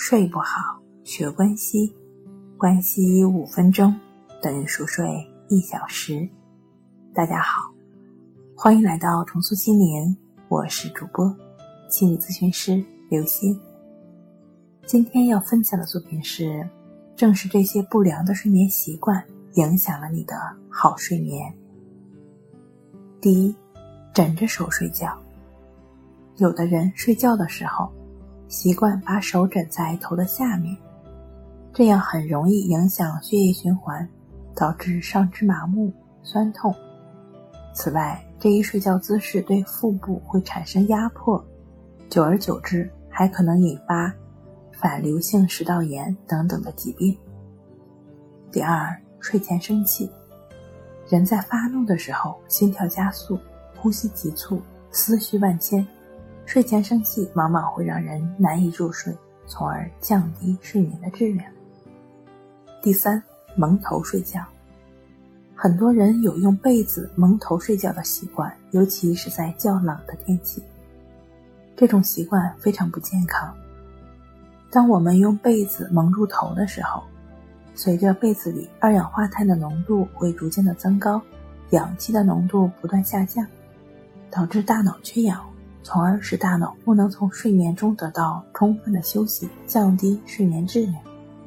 睡不好，学关息，关息5分钟等于熟睡1小时。大家好，欢迎来到重塑心灵，我是主播心理咨询师刘欣。今天要分享的作品是，正是这些不良的睡眠习惯影响了你的好睡眠。第一，枕着手睡觉。有的人睡觉的时候习惯把手枕在头的下面，这样很容易影响血液循环，导致上肢麻木、酸痛。此外，这一睡觉姿势对腹部会产生压迫，久而久之还可能引发反流性食道炎等等的疾病。第二，睡前生气。人在发怒的时候心跳加速，呼吸急促，思绪万千，睡前生气往往会让人难以入睡，从而降低睡眠的质量。第三，蒙头睡觉。很多人有用被子蒙头睡觉的习惯，尤其是在较冷的天气。这种习惯非常不健康。当我们用被子蒙住头的时候，随着被子里二氧化碳的浓度会逐渐的增高，氧气的浓度不断下降，导致大脑缺氧，从而使大脑不能从睡眠中得到充分的休息，降低睡眠质量。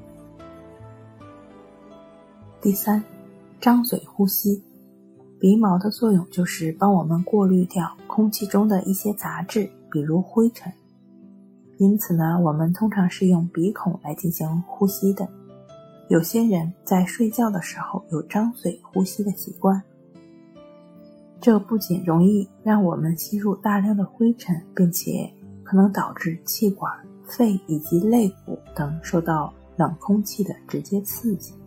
第三，张嘴呼吸。鼻毛的作用就是帮我们过滤掉空气中的一些杂质，比如灰尘。因此呢，我们通常是用鼻孔来进行呼吸的。有些人在睡觉的时候有张嘴呼吸的习惯，这不仅容易让我们吸入大量的灰尘，并且可能导致气管、肺以及肋骨等受到冷空气的直接刺激。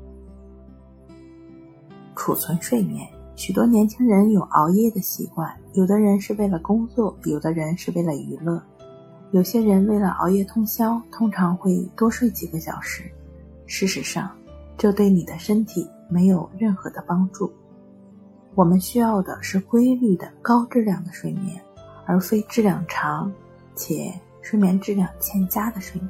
储存睡眠。许多年轻人有熬夜的习惯，有的人是为了工作，有的人是为了娱乐。有些人为了熬夜通宵，通常会多睡几个小时。事实上，这对你的身体没有任何的帮助。我们需要的是规律的高质量的睡眠，而非质量长且睡眠质量欠佳的睡眠。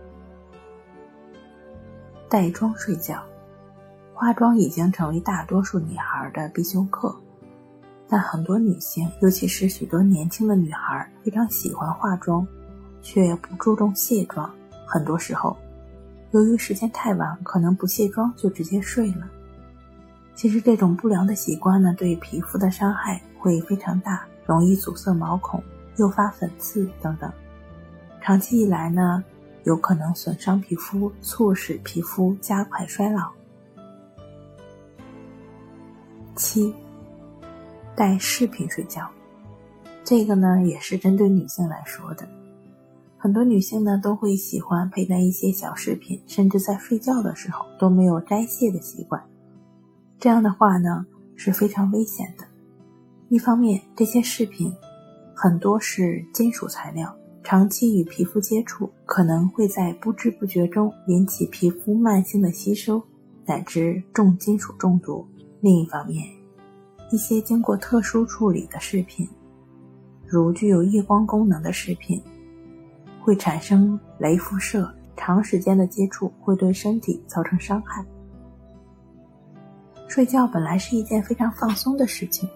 带妆睡觉。化妆已经成为大多数女孩的必修课，但很多女性，尤其是许多年轻的女孩，非常喜欢化妆，却不注重卸妆。很多时候由于时间太晚，可能不卸妆就直接睡了。其实这种不良的习惯呢，对皮肤的伤害会非常大，容易阻塞毛孔，诱发粉刺等等。长期以来呢，有可能损伤皮肤，促使皮肤加快衰老。7. 带饰品睡觉。这个呢，也是针对女性来说的。很多女性呢，都会喜欢佩戴一些小饰品，甚至在睡觉的时候都没有摘卸的习惯。这样的话呢，是非常危险的。一方面，这些饰品很多是金属材料，长期与皮肤接触，可能会在不知不觉中引起皮肤慢性的吸收，乃至重金属中毒。另一方面，一些经过特殊处理的饰品，如具有夜光功能的饰品，会产生雷辐射，长时间的接触会对身体造成伤害。睡觉本来是一件非常放松的事情，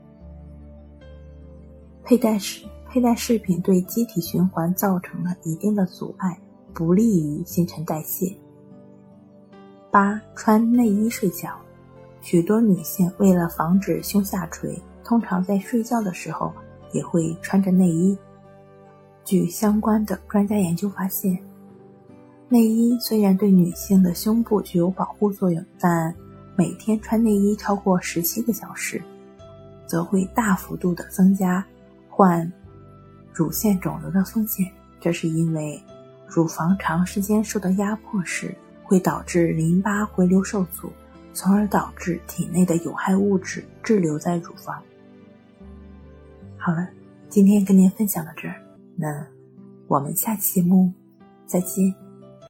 佩戴饰品对机体循环造成了一定的阻碍，不利于新陈代谢。8. 穿内衣睡觉。许多女性为了防止胸下垂，通常在睡觉的时候也会穿着内衣。据相关的专家研究发现，内衣虽然对女性的胸部具有保护作用，但每天穿内衣超过17个小时，则会大幅度地增加患乳腺肿瘤的风险。这是因为乳房长时间受到压迫时，会导致淋巴回流受阻，从而导致体内的有害物质滞留在乳房。好了，今天跟您分享到这儿，那我们下期节目再见。